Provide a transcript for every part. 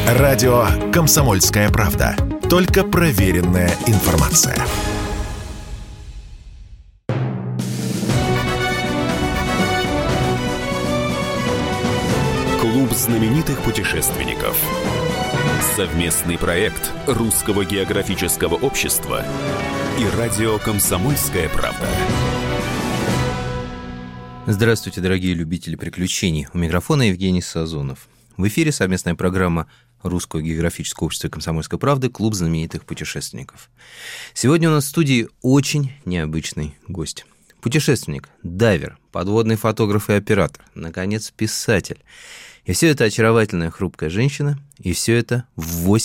Радио «Комсомольская правда». Только проверенная информация. Клуб знаменитых путешественников. Совместный проект Русского географического общества и радио «Комсомольская правда». Здравствуйте, дорогие любители приключений. У микрофона Евгений Сазонов. В эфире совместная программа Русского географического общества и «Комсомольской правды» «Клуб знаменитых путешественников». Сегодня у нас в студии очень необычный гость. Путешественник, дайвер, подводный фотограф и оператор, наконец, писатель. И все это очаровательная хрупкая женщина, и все это в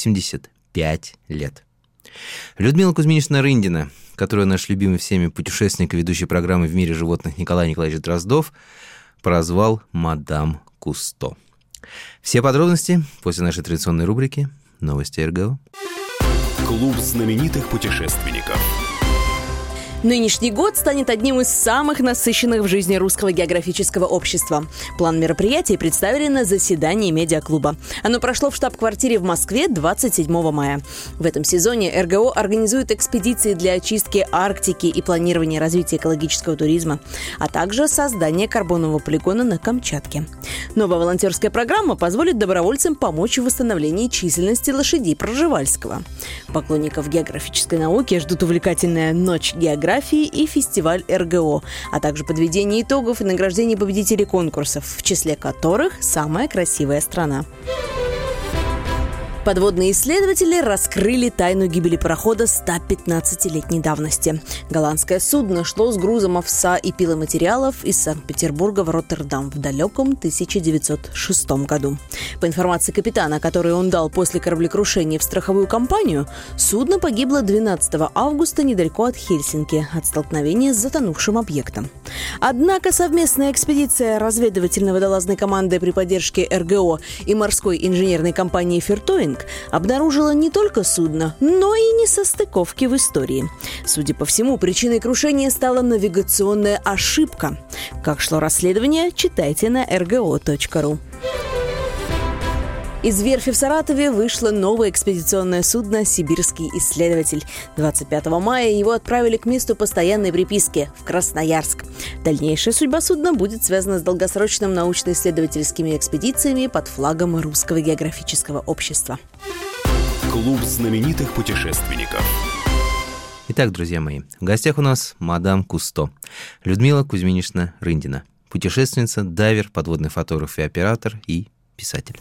85 лет. Людмила Кузьминична Рындина, которую наш любимый всеми путешественник и ведущий программы «В мире животных» Николай Николаевич Дроздов прозвал «Мадам Кусто». Все подробности после нашей традиционной рубрики «Новости РГО». Клуб знаменитых путешественников. Нынешний год станет одним из самых насыщенных в жизни Русского географического общества. План мероприятий представили на заседании медиаклуба. Оно прошло в штаб-квартире в Москве 27 мая. В этом сезоне РГО организует экспедиции для очистки Арктики и планирования развития экологического туризма, а также создание карбонового полигона на Камчатке. Новая волонтерская программа позволит добровольцам помочь в восстановлении численности лошадей Пржевальского. Поклонников географической науки ждут увлекательная «Ночь географии» и фестиваль РГО, а также подведение итогов и награждение победителей конкурсов, в числе которых «Самая красивая страна». Подводные исследователи раскрыли тайну гибели парохода 115-летней давности. Голландское судно шло с грузом овса и пиломатериалов из Санкт-Петербурга в Роттердам в далеком 1906 году. По информации капитана, которую он дал после кораблекрушения в страховую компанию, судно погибло 12 августа недалеко от Хельсинки от столкновения с затонувшим объектом. Однако совместная экспедиция разведывательно-водолазной команды при поддержке РГО и морской инженерной компании «Фертоинг» обнаружила не только судно, но и несостыковки в истории. Судя по всему, причиной крушения стала навигационная ошибка. Как шло расследование, читайте на rgo.ru. Из верфи в Саратове вышло новое экспедиционное судно «Сибирский исследователь». 25 мая его отправили к месту постоянной приписки – в Красноярск. Дальнейшая судьба судна будет связана с долгосрочным научно-исследовательскими экспедициями под флагом Русского географического общества. Клуб знаменитых путешественников. Итак, друзья мои, в гостях у нас мадам Кусто, Людмила Кузьминична Рындина, путешественница, дайвер, подводный фотограф и оператор и писатель.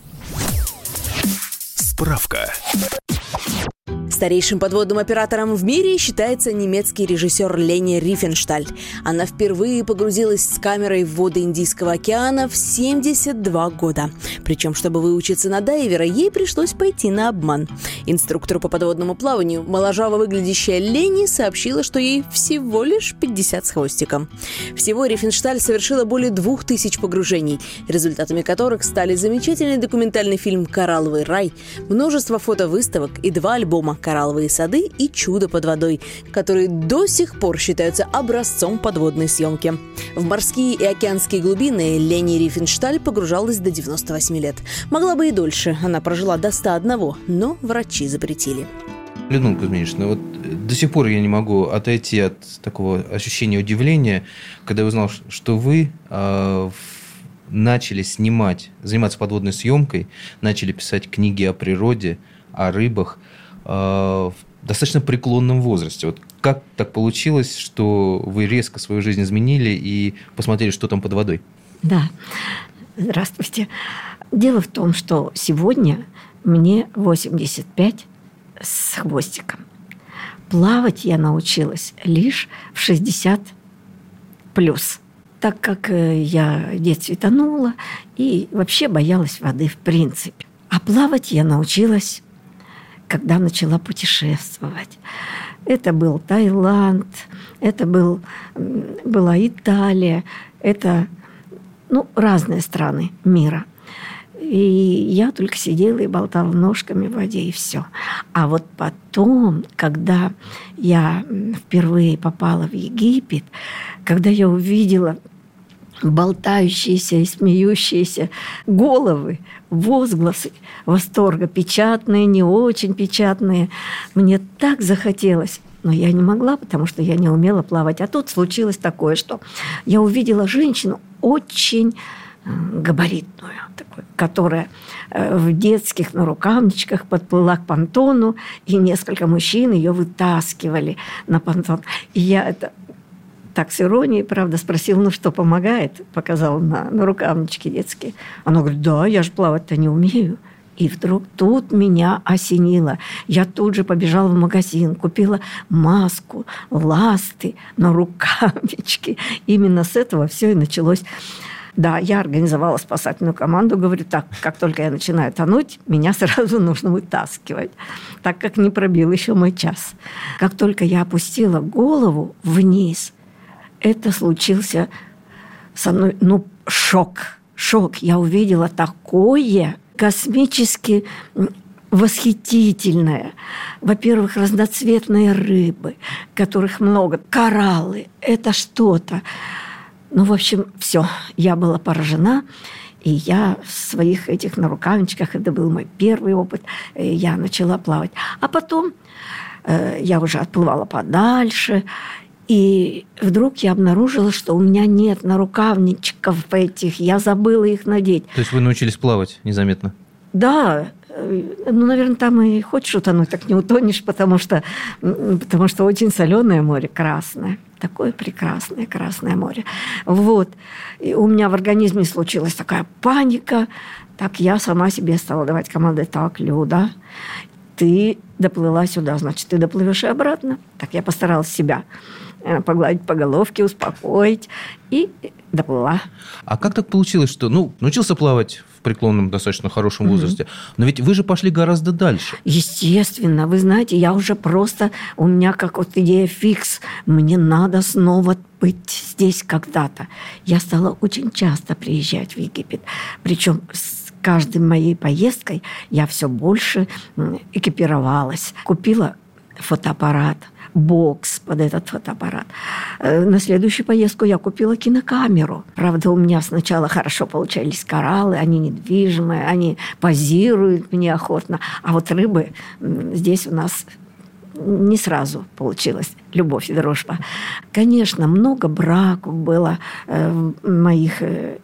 Справка. Старейшим подводным оператором в мире считается немецкий режиссер Лени Рифеншталь. Она впервые погрузилась с камерой в воды Индийского океана в 72 года. Причем, чтобы выучиться на дайвера, ей пришлось пойти на обман. Инструктору по подводному плаванию моложаво выглядящая Лени сообщила, что ей всего лишь 50 с хвостиком. Всего Рифеншталь совершила более 2000 погружений, результатами которых стали замечательный документальный фильм «Коралловый рай», множество фотовыставок и 2 альбома «Коралловые сады» и «Чудо под водой», которые до сих пор считаются образцом подводной съемки. В морские и океанские глубины Лени Рифеншталь погружалась до 98 лет. Могла бы и дольше, она прожила до 101, но врачи запретили. Людмила Кузьминична, вот до сих пор я не могу отойти от такого ощущения удивления, когда я узнал, что вы начали заниматься подводной съемкой, начали писать книги о природе, о рыбах в достаточно преклонном возрасте. Вот как так получилось, что вы резко свою жизнь изменили и посмотрели, что там под водой? Да, здравствуйте. Дело в том, что сегодня мне 85 с хвостиком. Плавать я научилась лишь в 60 плюс, так как я в детстве тонула и вообще боялась воды в принципе. А плавать я научилась, когда начала путешествовать. Это был Таиланд, это была Италия, это разные страны мира. И я только сидела и болтала ножками в воде, и все. А вот потом, когда я впервые попала в Египет, когда я увидела болтающиеся и смеющиеся головы, возгласы восторга, печатные, не очень печатные. Мне так захотелось, но я не могла, потому что я не умела плавать. А тут случилось такое, что я увидела женщину очень габаритную, такую, которая в детских нарукавничках подплыла к понтону, и несколько мужчин ее вытаскивали на понтон. И я это так с иронией, правда, спросила, ну что, помогает? Показала на рукавнички детские. Она говорит, да, я же плавать-то не умею. И вдруг тут меня осенило. Я тут же побежала в магазин, купила маску, ласты, нарукавнички. Именно с этого все и началось. Да, я организовала спасательную команду. Говорю, так, как только я начинаю тонуть, меня сразу нужно вытаскивать, так как не пробил еще мой час. Как только я опустила голову вниз, это случился со мной, шок. Я увидела такое космически восхитительное. Во-первых, разноцветные рыбы, которых много, кораллы. Это что-то. В общем, все. Я была поражена. И я в своих этих нарукавничках, это был мой первый опыт, я начала плавать. А потом я уже отплывала подальше, и вдруг я обнаружила, что у меня нет нарукавничков этих, я забыла их надеть. То есть вы научились плавать незаметно? Да. Наверное, там и хочешь утонуть, так не утонешь, потому что очень соленое море, красное. Такое прекрасное Красное море. Вот. И у меня в организме случилась такая паника. Так я сама себе стала давать команды. Так, Люда, ты доплыла сюда, значит, ты доплывешь и обратно. Так я постаралась себя погладить по головке, успокоить. И доплыла. А как так получилось, что научился плавать в преклонном, достаточно хорошем возрасте, но ведь вы же пошли гораздо дальше. Естественно. Вы знаете, я уже просто... У меня как вот идея фикс. Мне надо снова быть здесь когда-то. Я стала очень часто приезжать в Египет. Причем с каждой моей поездкой я все больше экипировалась. Купила фотоаппарат, бокс под этот фотоаппарат. На следующую поездку я купила кинокамеру. Правда, у меня сначала хорошо получались кораллы, они недвижимые, они позируют мне охотно. А вот рыбы здесь у нас не сразу получилась любовь и дружба. Конечно, много браков было в моих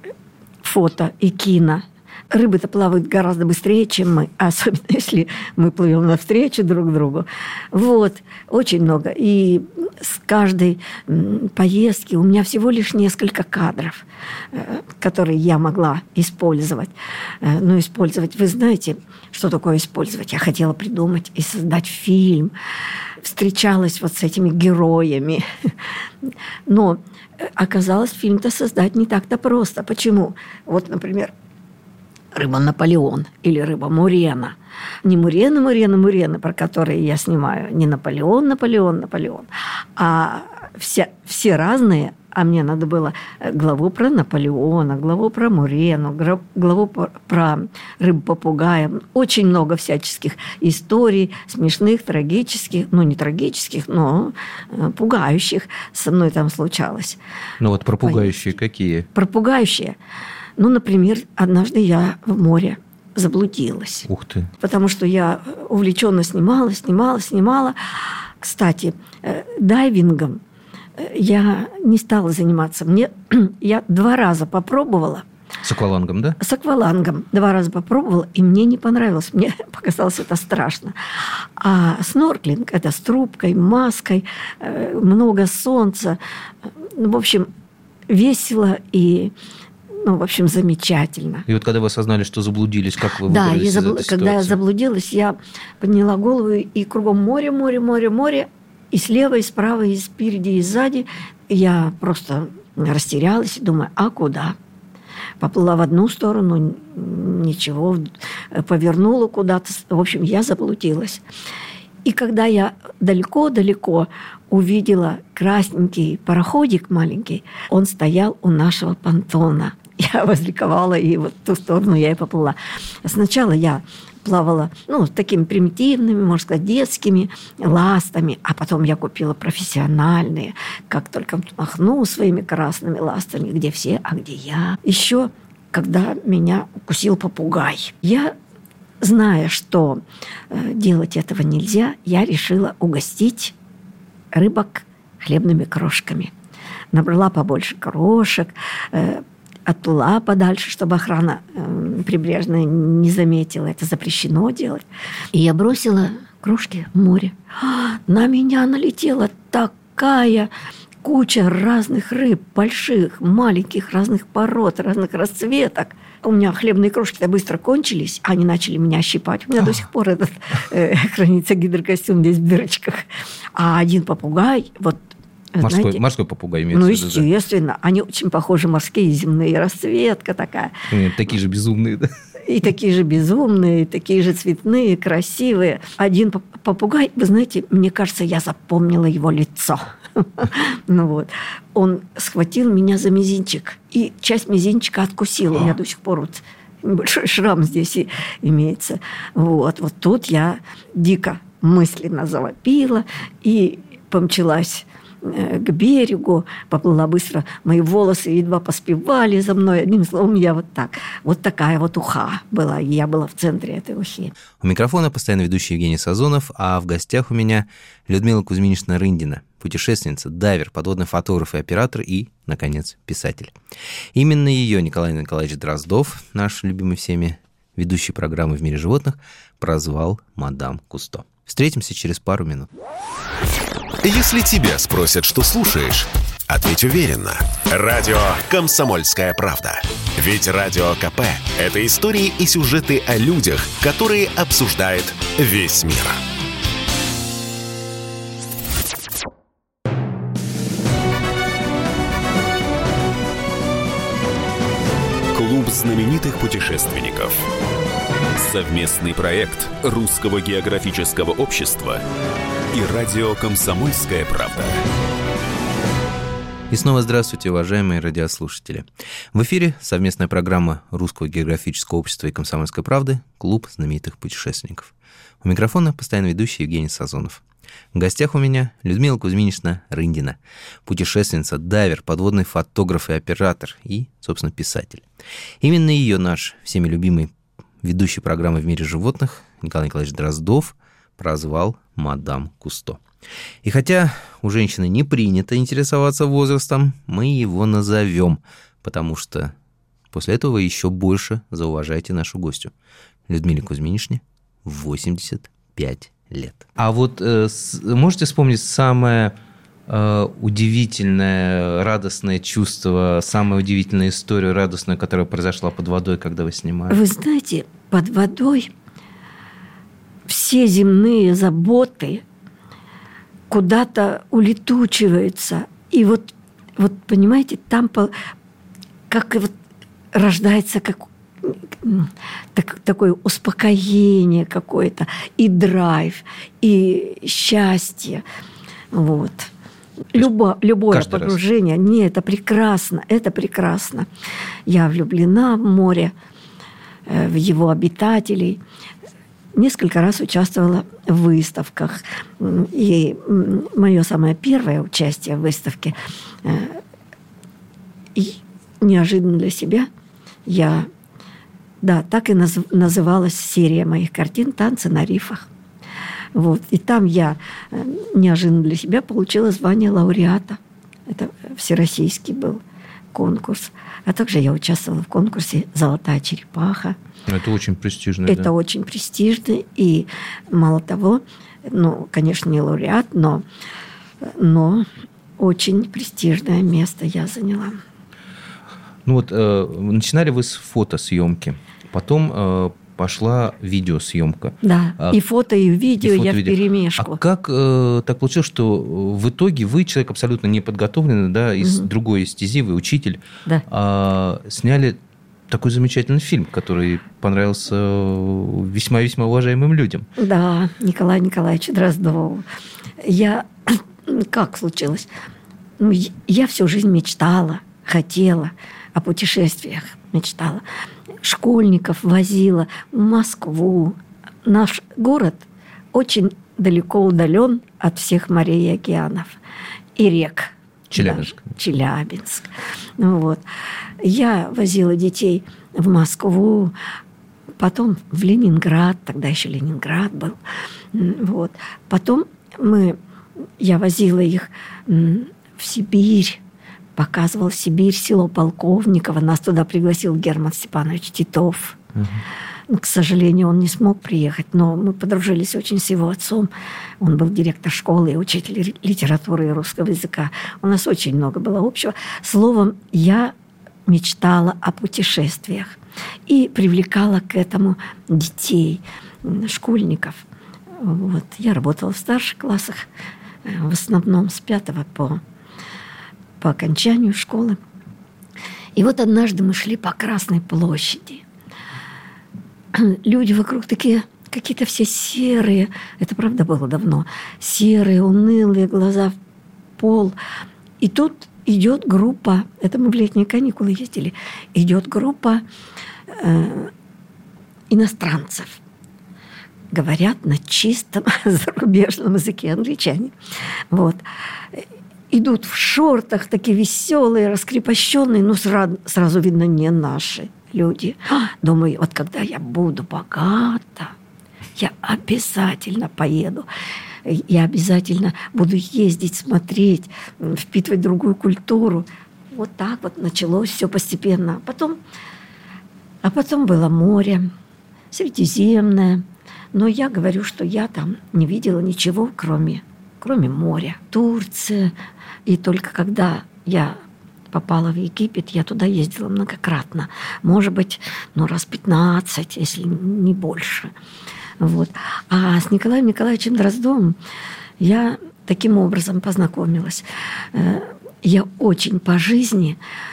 фото и кино. Рыбы-то плавают гораздо быстрее, чем мы, особенно если мы плывем навстречу друг другу. Вот, очень много. И с каждой поездки у меня всего лишь несколько кадров, которые я могла использовать. Использовать, вы знаете, что такое использовать? Я хотела придумать и создать фильм. Встречалась вот с этими героями. Но оказалось, фильм-то создать не так-то просто. Почему? Вот, например, рыба Наполеон или рыба Мурена. Не Мурена, про которые я снимаю, не Наполеон, а все разные. А мне надо было главу про Наполеона, главу про Мурену, главу про рыбу-попугая. Очень много всяческих историй, смешных, трагических, не трагических, но пугающих со мной там случалось. Вот про пугающие какие? Про пугающие. Например, однажды я в море заблудилась. Ух ты. Потому что я увлеченно снимала. Кстати, дайвингом я не стала заниматься. Я 2 раза попробовала. С аквалангом, да? С аквалангом 2 раза попробовала, и мне не понравилось. Мне показалось это страшно. А снорклинг – это с трубкой, маской, много солнца. В общем, весело и... замечательно. И вот когда вы осознали, что заблудились, как вы выбрались из этой ситуации? Когда я заблудилась, я подняла голову, и кругом море, и слева, и справа, и спереди, и сзади. Я просто растерялась и думаю, а куда? Поплыла в одну сторону, ничего, повернула куда-то. В общем, я заблудилась. И когда я далеко-далеко увидела красненький пароходик маленький, он стоял у нашего понтона. Я возликовала, и вот в ту сторону я и поплыла. Сначала я плавала, такими примитивными, можно сказать, детскими ластами. А потом я купила профессиональные, как только махну своими красными ластами, где все, а где я. Еще, когда меня укусил попугай. Я, зная, что делать этого нельзя, я решила угостить рыбок хлебными крошками. Набрала побольше крошек, отплыла подальше, чтобы охрана прибрежная не заметила. Это запрещено делать. И я бросила крошки в море. На меня налетела такая куча разных рыб, больших, маленьких, разных пород, разных расцветок. У меня хлебные крошки-то быстро кончились, они начали меня щипать. У меня до сих пор этот хранится гидрокостюм здесь в дырочках. А один попугай, морской попугай имеется в виду. Естественно. Да? Они очень похожи, морские, земные, расцветка такая. Такие же безумные, да? И такие же безумные, и такие же цветные, красивые. Один попугай, вы знаете, мне кажется, я запомнила его лицо. Он схватил меня за мизинчик, и часть мизинчика откусил. У меня до сих пор небольшой шрам здесь имеется. Вот тут я дико мысленно завопила и помчалась к берегу, поплыла быстро. Мои волосы едва поспевали за мной. Одним словом, я вот такая вот уха была. И я была в центре этой ухи. У микрофона постоянно ведущий Евгений Сазонов, а в гостях у меня Людмила Кузьминична Рындина, путешественница, дайвер, подводный фотограф и оператор и, наконец, писатель. Именно ее Николай Николаевич Дроздов, наш любимый всеми ведущий программы «В мире животных», прозвал мадам Кусто. Встретимся через пару минут. Если тебя спросят, что слушаешь, ответь уверенно. Радио «Комсомольская правда». Ведь Радио КП – это истории и сюжеты о людях, которые обсуждает весь мир. Клуб знаменитых путешественников. Совместный проект Русского географического общества и радио «Комсомольская правда». И снова здравствуйте, уважаемые радиослушатели. В эфире совместная программа Русского географического общества и «Комсомольской правды» «Клуб знаменитых путешественников». У микрофона постоянно ведущий Евгений Сазонов. В гостях у меня Людмила Кузьминична Рындина, путешественница, дайвер, подводный фотограф и оператор и, собственно, писатель. Именно ее наш всеми любимый ведущий программы «В мире животных» Николай Николаевич Дроздов прозвал мадам Кусто. И хотя у женщины не принято интересоваться возрастом, мы его назовем, потому что после этого вы еще больше зауважаете нашу гостью. Людмиле Кузьминичне 85 лет. А вот можете вспомнить самое удивительное, радостное чувство, самую удивительную историю радостную, которая произошла под водой, когда вы снимали? Вы знаете, под водой все земные заботы куда-то улетучиваются. И вот понимаете, там как вот рождается такое успокоение какое-то, и драйв, и счастье. Вот. Любое погружение. Нет, это прекрасно, это прекрасно. Я влюблена в море, в его обитателей. Несколько раз участвовала в выставках. И мое самое первое участие в выставке, и неожиданно для себя, так и называлась серия моих картин «Танцы на рифах». Вот. И там я неожиданно для себя получила звание лауреата. Это всероссийский был конкурс. А также я участвовала в конкурсе «Золотая черепаха». Это очень престижно. Это очень престижно. И мало того, конечно, не лауреат, но очень престижное место я заняла. Начинали вы с фотосъемки, потом пошла видеосъемка. Да, и фото, и видео я вперемешку. А как так получилось, что в итоге вы, человек абсолютно неподготовленный, да, из другой стези, вы учитель, сняли такой замечательный фильм, который понравился весьма-весьма уважаемым людям? Да, Николаю Николаевичу Дроздову. Как случилось? Я всю жизнь мечтала, хотела о путешествиях, мечтала. Школьников возила в Москву, наш город очень далеко удален от всех морей и океанов и рек. Челябинск. Да, Челябинск. Вот. Я возила детей в Москву, потом в Ленинград, тогда еще Ленинград был. Вот. Потом я возила их в Сибирь, показывала Сибирь, село Полковниково. Нас туда пригласил Герман Степанович Титов. К сожалению, он не смог приехать, но мы подружились очень с его отцом. Он был директор школы и учитель литературы и русского языка. У нас очень много было общего. Словом, я мечтала о путешествиях и привлекала к этому детей, школьников. Вот. Я работала в старших классах, в основном с 5 по окончанию школы. И вот однажды мы шли по Красной площади. Люди вокруг такие какие-то все серые. Это правда было давно. Серые, унылые, глаза в пол. И тут идет группа, это мы в летние каникулы ездили, идет группа иностранцев. Говорят на чистом зарубежном языке, англичане. Вот. Идут в шортах, такие веселые, раскрепощенные, но сразу видно, не наши люди. Думаю, вот когда я буду богата, я обязательно поеду. Я обязательно буду ездить, смотреть, впитывать другую культуру. Вот так вот началось все постепенно. А потом было море, Средиземное. Но я говорю, что я там не видела ничего, кроме моря. Турция. И только когда я попала в Египет, я туда ездила многократно. Может быть, раз 15, если не больше. Вот. А с Николаем Николаевичем Дроздовым я таким образом познакомилась. Я очень по жизни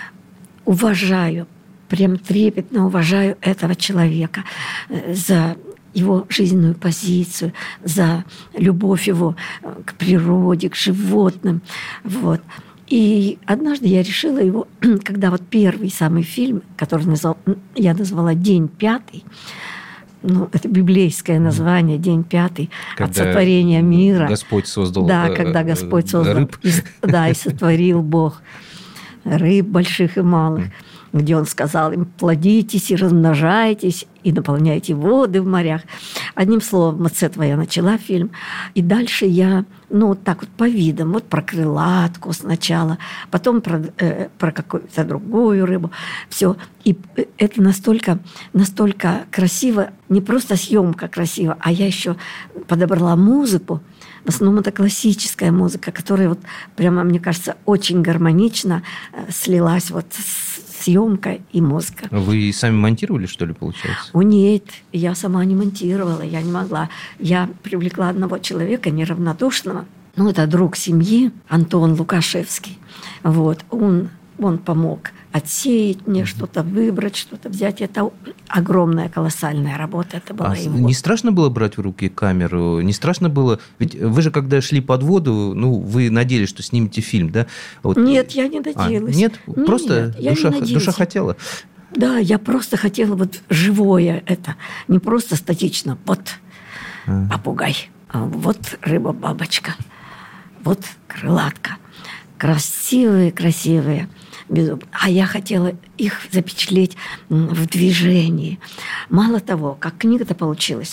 уважаю, прям трепетно уважаю этого человека за его жизненную позицию, за любовь его к природе, к животным. Вот. И однажды я решила его, когда вот первый самый фильм, который я назвала «День пятый», это библейское название, «День пятый», от сотворения мира. Господь создал когда Господь создал рыб. И сотворил Бог рыб больших и малых, где Он сказал им: плодитесь и размножайтесь, и наполняйте воды в морях. Одним словом, вот с этого я начала фильм. И дальше я, так вот по видам, вот про крылатку сначала, потом про какую-то другую рыбу. Все. И это настолько красиво, не просто съемка красива, а я еще подобрала музыку. В основном это классическая музыка, которая вот прямо, мне кажется, очень гармонично слилась вот с съемка и музыка. Вы сами монтировали, что ли, получается? Нет, я сама не монтировала, я не могла. Я привлекла одного человека, неравнодушного. Это друг семьи, Антон Лукашевский. Вот. Он помог отсеять мне что-то, выбрать что-то, взять. Это огромная, колоссальная работа. Это была его. Не страшно было брать в руки камеру? Не страшно было? Ведь вы же, когда шли под воду, вы надеялись, что снимете фильм, да? Вот. Нет, я не надеялась. Нет? Просто душа хотела? Да, я просто хотела вот живое это. Не просто статично. Вот попугай, вот рыба-бабочка, вот крылатка. Красивые. А я хотела их запечатлеть в движении. Мало того, как книга-то получилась,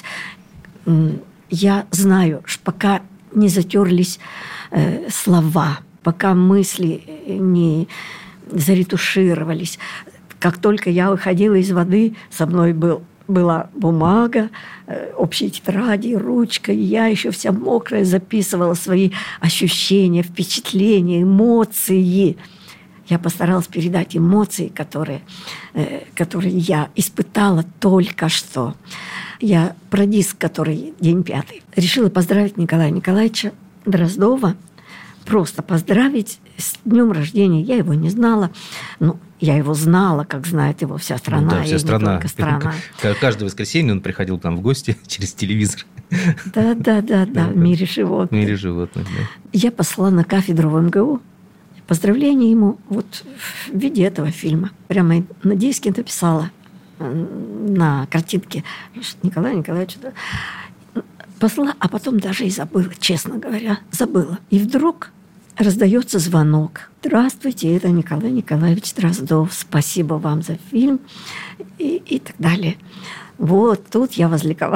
я знаю, что пока не затерлись слова, пока мысли не заретушировались, как только я выходила из воды, со мной была бумага, общие тетради, ручка, и я еще вся мокрая записывала свои ощущения, впечатления, эмоции. Я постаралась передать эмоции, которые я испытала только что. Я про диск, который «День пятый», решила поздравить Николая Николаевича Дроздова, просто поздравить с днем рождения. Я его не знала, но я его знала, как знает его вся страна. Вся страна. Каждое воскресенье он приходил к нам в гости через телевизор. Да, в «Мире животных». В «Мире животных», да. Я послала на кафедру в МГУ поздравление ему вот в виде этого фильма. Прямо на диске написала на картинке Николая Николаевича послала, а потом даже и забыла, честно говоря, забыла. И вдруг раздается звонок. Здравствуйте, это Николай Николаевич Дроздов. Спасибо вам за фильм и так далее. Вот тут я возликовала.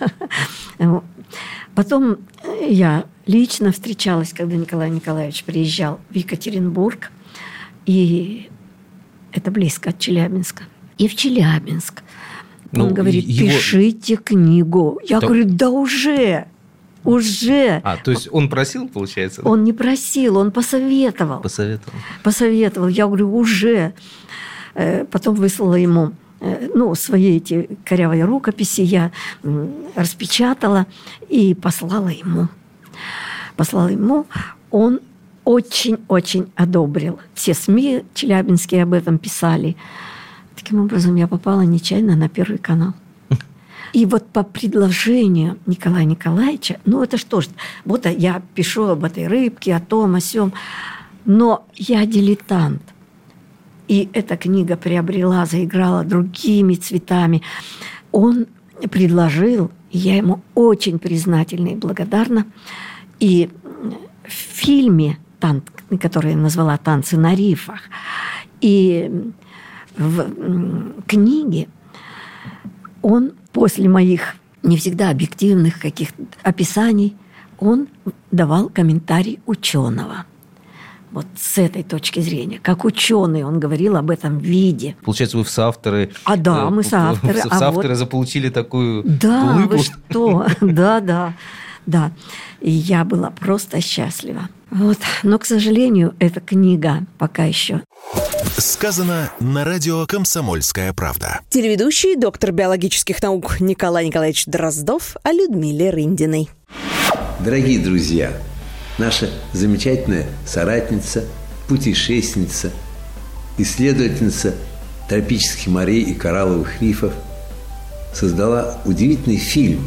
Потом я лично встречалась, когда Николай Николаевич приезжал в Екатеринбург. И это близко от Челябинска. И в Челябинск. Он говорит, пишите книгу. Я говорю, да уже. То есть он просил, получается? Он не просил, он посоветовал. Посоветовал. Я говорю, уже. Потом выслала ему свои эти корявые рукописи. Я распечатала и послала ему. Он очень-очень одобрил. Все СМИ челябинские об этом писали. Таким образом, я попала нечаянно на Первый канал. И вот по предложению Николая Николаевича, это что ж, вот я пишу об этой рыбке, о том, о сём, но я дилетант. И эта книга заиграла другими цветами. Он предложил, и я ему очень признательна и благодарна. И в фильме, который я назвала «Танцы на рифах», и в книге он после моих не всегда объективных каких-то описаний, он давал комментарий ученого. Вот с этой точки зрения. Как ученый он говорил об этом виде. Получается, вы в соавторы... Да, мы соавторы. В соавторы заполучили такую Да, улыбку. вы что? Да. И я была просто счастлива. Но, к сожалению, эта книга пока еще... Сказано на радио «Комсомольская правда». Телеведущий, доктор биологических наук Николай Николаевич Дроздов о Людмиле Рындиной. Дорогие друзья, наша замечательная соратница, путешественница, исследовательница тропических морей и коралловых рифов создала удивительный фильм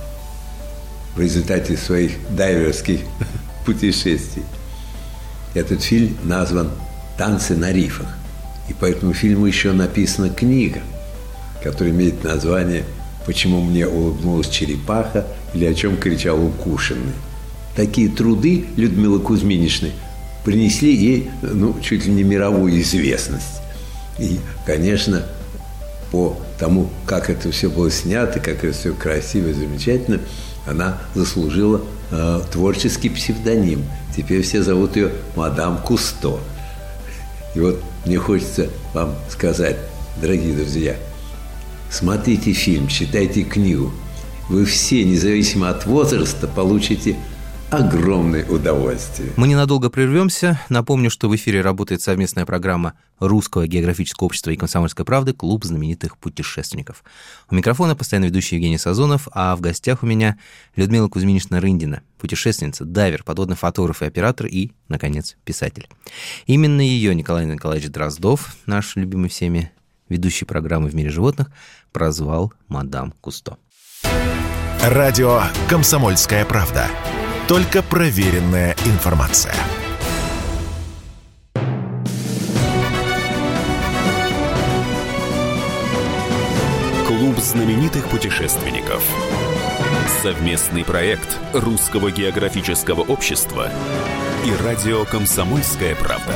в результате своих дайверских путешествий. Этот фильм назван «Танцы на рифах». И по этому фильму еще написана книга, которая имеет название «Почему мне улыбнулась черепаха» или «О чем кричал укушенный». Такие труды Людмилы Кузьминичны принесли ей, чуть ли не мировую известность. И, конечно, по тому, как это все было снято, как это все красиво и замечательно, она заслужила творческий псевдоним. Теперь все зовут ее мадам Кусто. И вот мне хочется вам сказать, дорогие друзья, смотрите фильм, читайте книгу. Вы все, независимо от возраста, получите огромное удовольствие. Мы ненадолго прервемся. Напомню, что в эфире работает совместная программа Русского географического общества и «Комсомольской правды» «Клуб знаменитых путешественников». У микрофона постоянно ведущий Евгений Сазонов, а в гостях у меня Людмила Кузьминична Рындина, путешественница, дайвер, подводный фотограф и оператор и, наконец, писатель. Именно ее Николай Николаевич Дроздов, наш любимый всеми ведущий программы «В мире животных», прозвал мадам Кусто. Радио «Комсомольская правда». Только проверенная информация. Клуб знаменитых путешественников. Совместный проект Русского географического общества и радио «Комсомольская правда».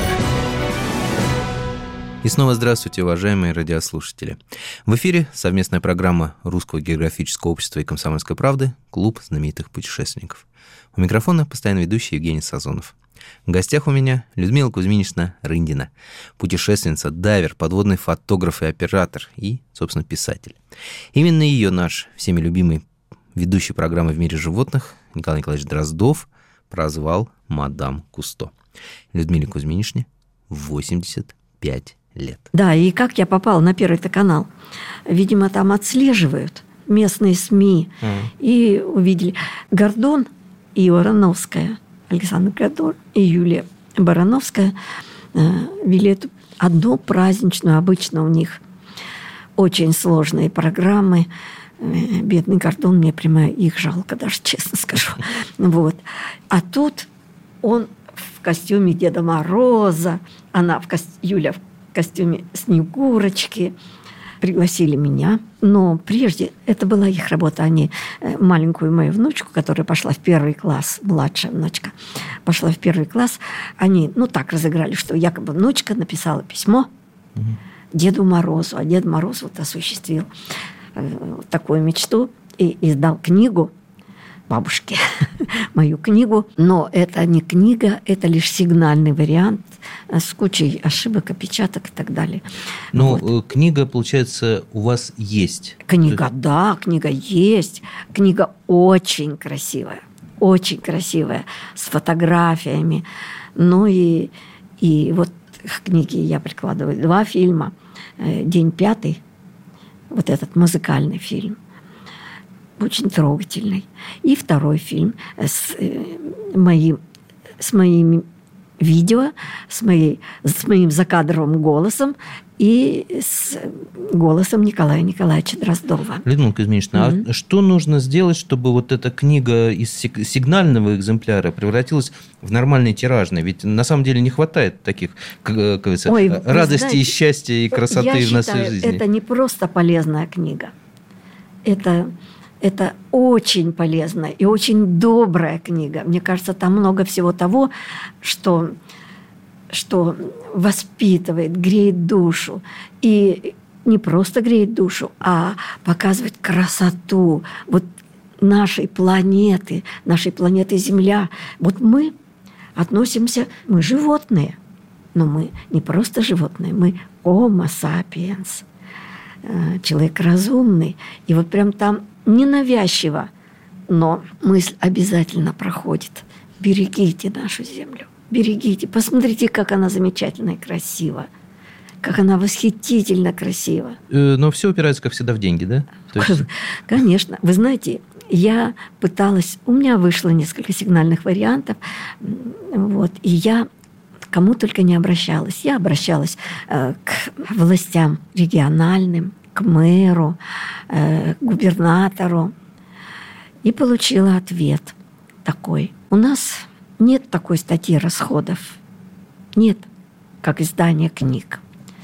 И снова здравствуйте, уважаемые радиослушатели. В эфире совместная программа Русского географического общества и «Комсомольской правды» «Клуб знаменитых путешественников». У микрофона постоянно ведущий Евгений Сазонов. В гостях у меня Людмила Кузьминична Рындина, путешественница, дайвер, подводный фотограф и оператор и, собственно, писатель. Именно ее наш всеми любимый ведущий программы «В мире животных» Николай Николаевич Дроздов прозвал мадам Кусто. Людмиле Кузьминичне 85 лет. Да, и как я попала на Первый-то канал? Видимо, там отслеживают местные СМИ. И увидели Гордон и Барановская, Александр Гордон и Юлия Барановская вели эту одну праздничную, обычно у них очень сложные программы. Бедный Гордон, мне прямо их жалко, даже честно скажу. Вот. А тут он в костюме Деда Мороза, она Юля в костюме Снегурочки. пригласили меня. Но прежде это была их работа. Они маленькую мою внучку, которая пошла в 1 класс, младшая внучка, пошла в 1 класс, они, так разыграли, что якобы внучка написала письмо Деду Морозу, а Дед Мороз осуществил такую мечту и издал книгу бабушке, мою книгу. Но это не книга, это лишь сигнальный вариант с кучей ошибок, опечаток и так далее. Но книга, получается, у вас есть? Книга, да, книга есть. Книга очень красивая, с фотографиями. И вот к книге я прикладываю 2 фильма. «День пятый», вот этот музыкальный фильм, очень трогательный. И 2 фильм с моим видео, с моим закадровым голосом и с голосом Николая Николаевича Дроздова. Людмила Кузьминична, а что нужно сделать, чтобы вот эта книга из сигнального экземпляра превратилась в нормальный тиражный? Ведь на самом деле не хватает таких, как говорится, радости, и счастья и красоты в нашей жизни. Это не просто полезная книга. Это очень полезная и очень добрая книга. Мне кажется, там много всего того, что воспитывает, греет душу. И не просто греет душу, а показывает красоту нашей планеты Земля. Мы мы животные, но мы не просто животные, мы Homo sapiens, человек разумный. И прям там ненавязчиво, но мысль обязательно проходит. Берегите нашу Землю. Берегите. Посмотрите, как она замечательна и красива. Как она восхитительно красива. Но все упирается, как всегда, в деньги, да? Конечно. Вы знаете, я пыталась... У меня вышло несколько сигнальных вариантов. И я кому только не обращалась. Я обращалась к властям региональным, к мэру, к губернатору. И получила ответ такой. У нас нет такой статьи расходов. Нет, как издание книг.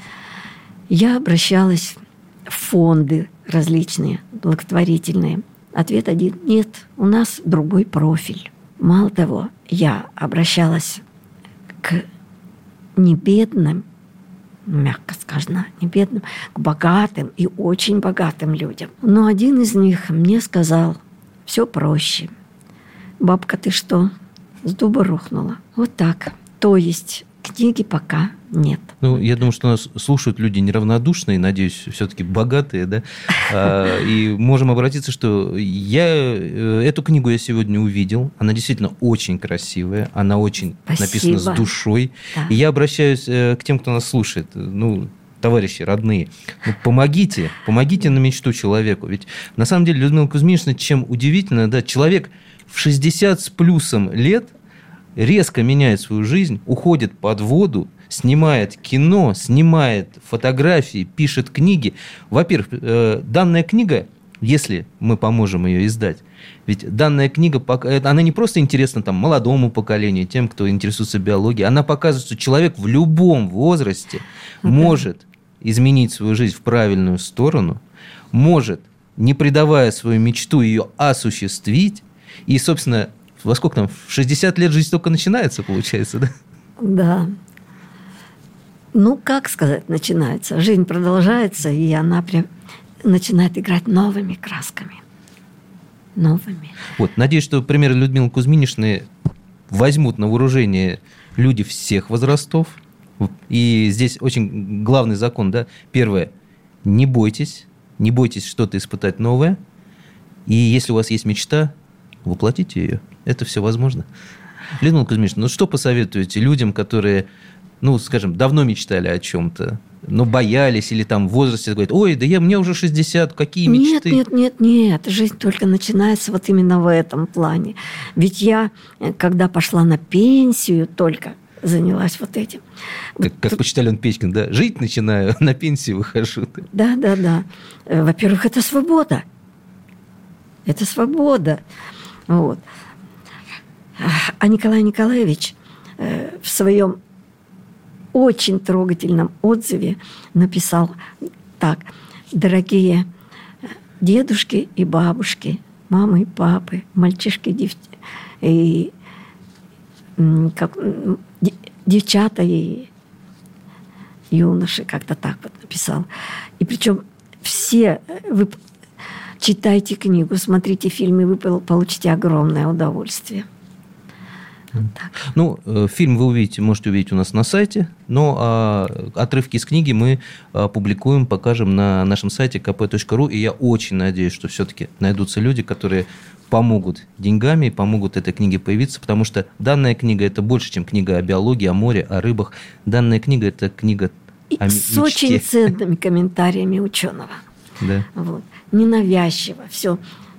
Я обращалась в фонды различные, благотворительные. Ответ один – нет, у нас другой профиль. Мало того, я обращалась к небедным, мягко сказано, небедным, к богатым и очень богатым людям. Но один из них мне сказал: все проще. Бабка, ты что, с дуба рухнула? Вот так. То есть книги пока нет. Я думаю, что нас слушают люди неравнодушные, надеюсь, все-таки богатые, да? И можем обратиться, что эту книгу я сегодня увидел. Она действительно очень красивая, она очень написана с душой. Да. И я обращаюсь к тем, кто нас слушает. Товарищи, родные, помогите на мечту человеку. Ведь на самом деле, Людмила Кузьминична, чем удивительно, да, человек в 60 с плюсом лет резко меняет свою жизнь, уходит под воду, снимает кино, снимает фотографии, пишет книги. Во-первых, данная книга, если мы поможем ее издать, ведь данная книга, она не просто интересна молодому поколению, тем, кто интересуется биологией, она показывает, что человек в любом возрасте может изменить свою жизнь в правильную сторону, может, не предавая свою мечту, ее осуществить. И, собственно, во сколько там? В 60 лет жизнь только начинается, получается, да? Да. Как сказать, начинается? Жизнь продолжается, и она прям начинает играть новыми красками. Новыми. Надеюсь, что примеры Людмилы Кузьминичны возьмут на вооружение люди всех возрастов. И здесь очень главный закон, да? Первое. Не бойтесь что-то испытать новое. И если у вас есть мечта, воплотите ее. Это все возможно. Людмила Кузьминична, что посоветуете людям, которые, скажем, давно мечтали о чем-то, но боялись или в возрасте говорят: ой, да мне уже 60, какие мечты? Нет. Жизнь только начинается именно в этом плане. Ведь я, когда пошла на пенсию, только занялась этим. Как Почтальон Печкин, да? Жить начинаю, на пенсию выхожу. Да. Во-первых, это свобода. Это свобода. А Николай Николаевич в своем очень трогательном отзыве написал так: дорогие дедушки и бабушки, мамы и папы, мальчишки и девчата и юноши, как-то так вот написал. И причем все вы читайте книгу, смотрите фильмы, вы получите огромное удовольствие. Так. Ну, фильм вы можете увидеть у нас на сайте, но отрывки из книги мы публикуем, покажем на нашем сайте kp.ru, и я очень надеюсь, что все-таки найдутся люди, которые помогут деньгами, помогут этой книге появиться, потому что данная книга – это больше, чем книга о биологии, о море, о рыбах. Данная книга – это книга о мечте. С очень ценными комментариями ученого. Да. Вот. Ненавязчиво, все.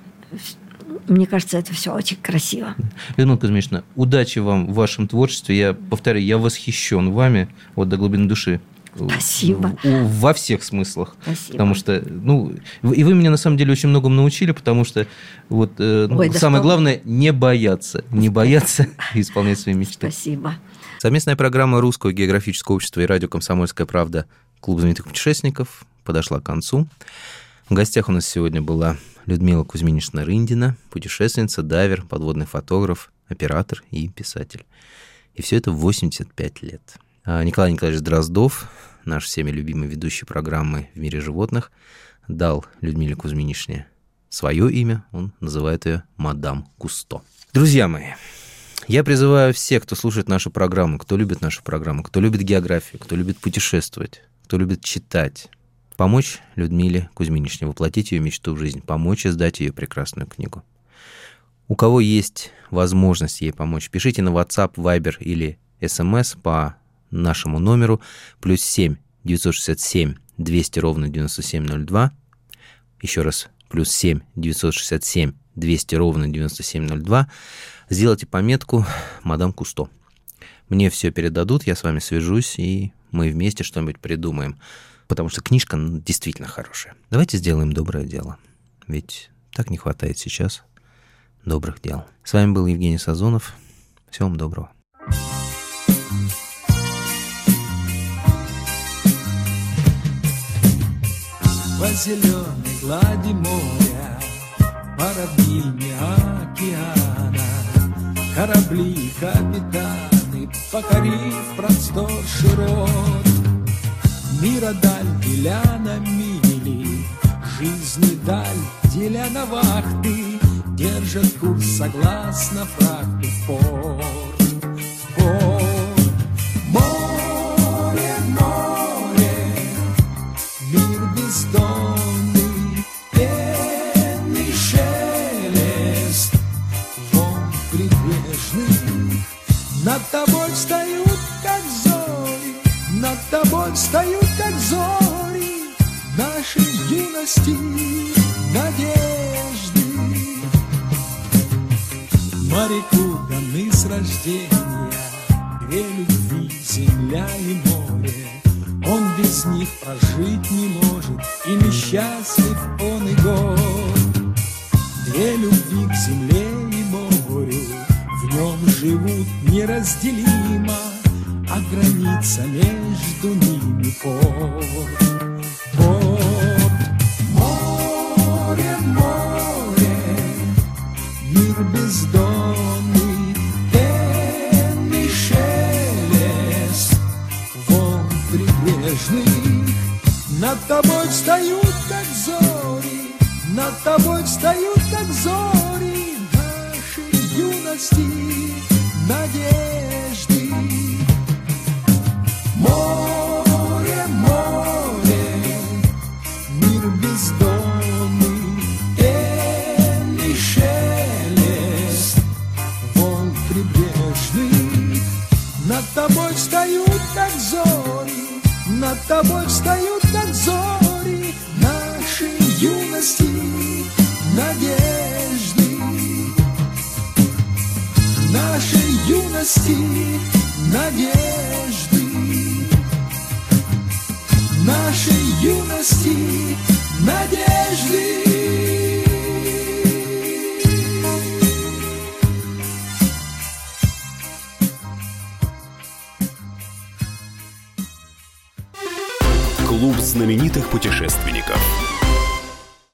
Мне кажется, это все очень красиво. Людмила Кузьминична, удачи вам в вашем творчестве. Я повторяю, я восхищен вами вот до глубины души. Спасибо. Во всех смыслах. Спасибо. Потому что, и вы меня на самом деле очень многому научили, потому что вот самое главное не бояться исполнять свои мечты. Спасибо. Совместная программа Русского географического общества и радио «Комсомольская правда» «Клуб знаменитых путешественников» подошла к концу. В гостях у нас сегодня была Людмила Кузьминична-Рындина, путешественница, дайвер, подводный фотограф, оператор и писатель. И все это в 85 лет. Николай Николаевич Дроздов, наш всеми любимый ведущий программы «В мире животных», дал Людмиле Кузьминичне свое имя. Он называет ее мадам Кусто. Друзья мои, я призываю всех, кто слушает нашу программу, кто любит нашу программу, кто любит географию, кто любит путешествовать, кто любит читать, помочь Людмиле Кузьминичне воплотить ее мечту в жизнь, помочь издать ее прекрасную книгу. У кого есть возможность ей помочь, пишите на WhatsApp, Viber или SMS по нашему номеру +7 967 200 ровно 9702. Еще раз, +7 967 200 ровно 9702. Сделайте пометку «Мадам Кусто». Мне все передадут, я с вами свяжусь, и мы вместе что-нибудь придумаем. Потому что книжка действительно хорошая. Давайте сделаем доброе дело. Ведь так не хватает сейчас добрых дел. С вами был Евгений Сазонов. Всего вам доброго. По зеленой глади моря, по равнине океана, корабли, капитаны, покорив простор широт, мира даль деля на мили, жизни даль деля на вахты, держат курс согласно фрахту в порт, в порт. Море, море, мир бездонный, пенный шелест, волн прибрежных, над тобой встают, как зори, над тобой встают, как зори, нашей юности, надежды. Моряку даны с рождения две любви, земля и море. Он без них прожить не может, и несчастлив он и год. Две любви к земле и морю, в нем живут неразделимо, а граница между ними порт, порт. Море, море, мир бездонный, пенный шелест волн прибрежных, над тобой встают, как зори, над тобой встают, как зори, нашей юности, надежды. Море, море, мир бездонный, пенный шелест волн прибрежных, над тобой встают, как зори, над тобой встают, как зори, нашей юности, надежды, нашей юности, надежды, нашей юности, надежды. Клуб знаменитых путешественников.